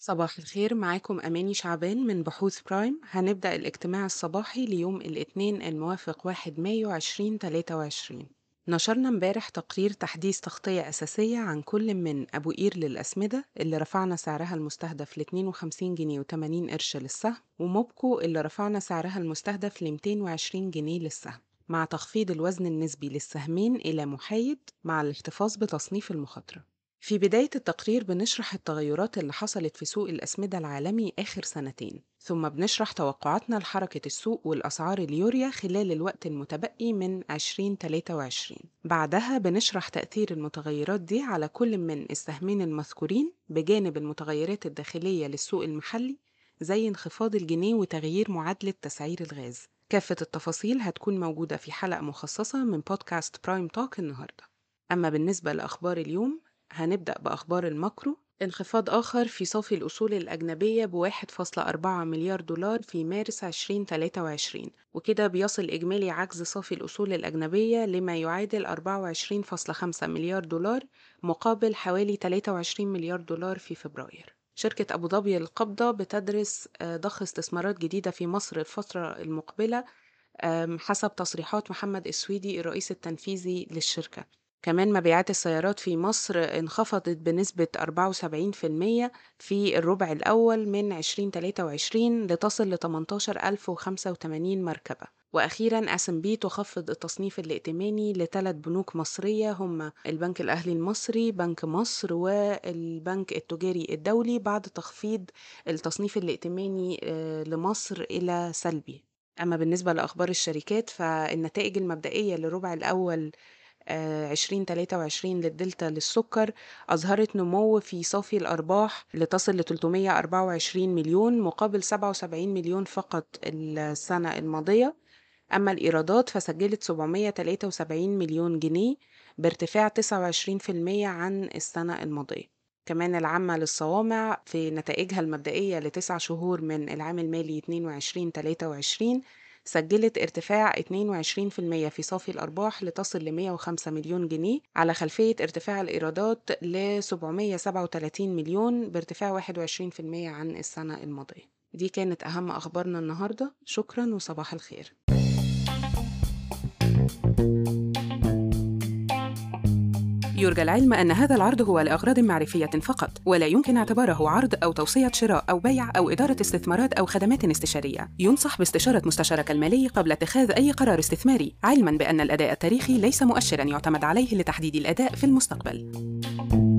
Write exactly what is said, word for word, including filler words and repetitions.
صباح الخير، معاكم أماني شعبان من بحوث برايم. هنبدأ الاجتماع الصباحي ليوم الاثنين الموافق واحد مايو ألفين وتلاتة وعشرين. نشرنا امبارح تقرير تحديث تغطية أساسية عن كل من أبو قير للأسمدة اللي رفعنا سعرها المستهدف ل اتنين وخمسين جنيه وتمانين قرش للسهم، وموبكو اللي رفعنا سعرها المستهدف ل ميتين وعشرين جنيه للسهم، مع تخفيض الوزن النسبي للسهمين إلى محايد مع الاحتفاظ بتصنيف المخاطرة. في بداية التقرير بنشرح التغيرات اللي حصلت في سوق الأسمدة العالمي آخر سنتين، ثم بنشرح توقعاتنا لحركة السوق والأسعار اليوريا خلال الوقت المتبقي من ألفين وتلاتة وعشرين. بعدها بنشرح تأثير المتغيرات دي على كل من السهمين المذكورين بجانب المتغيرات الداخلية للسوق المحلي زي انخفاض الجنيه وتغيير معادلة تسعير الغاز. كافة التفاصيل هتكون موجودة في حلقة مخصصة من بودكاست برايم توك النهاردة. أما بالنسبة لأخبار اليوم، هنبدأ بأخبار الماكرو. انخفاض آخر في صافي الأصول الأجنبية بواحد فاصلة أربعة مليار دولار في مارس ألفين وتلاتة وعشرين، وكده بيصل إجمالي عجز صافي الأصول الأجنبية لما يعادل أربعة وعشرين فاصلة خمسة مليار دولار مقابل حوالي تلاتة وعشرين مليار دولار في فبراير. شركة أبو ظبي للقبضة بتدرس آه، ضخ استثمارات جديدة في مصر الفترة المقبلة، آم، حسب تصريحات محمد السويدي الرئيس التنفيذي للشركة. كمان مبيعات السيارات في مصر انخفضت بنسبة أربعة وسبعين في المية في الربع الأول من ألفين وتلاتة وعشرين لتصل ل تمنتاشر ألف وخمسة وتمانين مركبة. وأخيرا اس ام بي تخفض التصنيف الائتماني لثلاث بنوك مصرية هم البنك الأهلي المصري، بنك مصر، والبنك التجاري الدولي بعد تخفيض التصنيف الائتماني آه، لمصر إلى سلبي. أما بالنسبة لأخبار الشركات، فالنتائج المبدئية للربع الأول آه، ألفين وتلاتة وعشرين للدلتا للسكر أظهرت نمو في صافي الأرباح لتصل ل تلتمية وأربعة وعشرين مليون مقابل سبعة وسبعين مليون فقط السنة الماضية. أما الإيرادات فسجلت سبعمية وتلاتة وسبعين مليون جنيه بارتفاع تسعة وعشرين في المية عن السنة الماضية. كمان العامة للصوامع في نتائجها المبدئية لتسع شهور من العام المالي اتنين وعشرين تلاتة وعشرين سجلت ارتفاع اتنين وعشرين في المية في صافي الأرباح لتصل ل مية وخمسة مليون جنيه على خلفية ارتفاع الإيرادات ل سبعمية وسبعة وتلاتين مليون بارتفاع واحد وعشرين في المية عن السنة الماضية. دي كانت أهم أخبارنا النهاردة. شكرا وصباح الخير. يرجى العلم أن هذا العرض هو لأغراض معرفية فقط، ولا يمكن اعتباره عرض أو توصية شراء أو بيع أو إدارة استثمارات أو خدمات استشارية. ينصح باستشارة مستشارك المالي قبل اتخاذ أي قرار استثماري، علماً بأن الأداء التاريخي ليس مؤشراً يعتمد عليه لتحديد الأداء في المستقبل.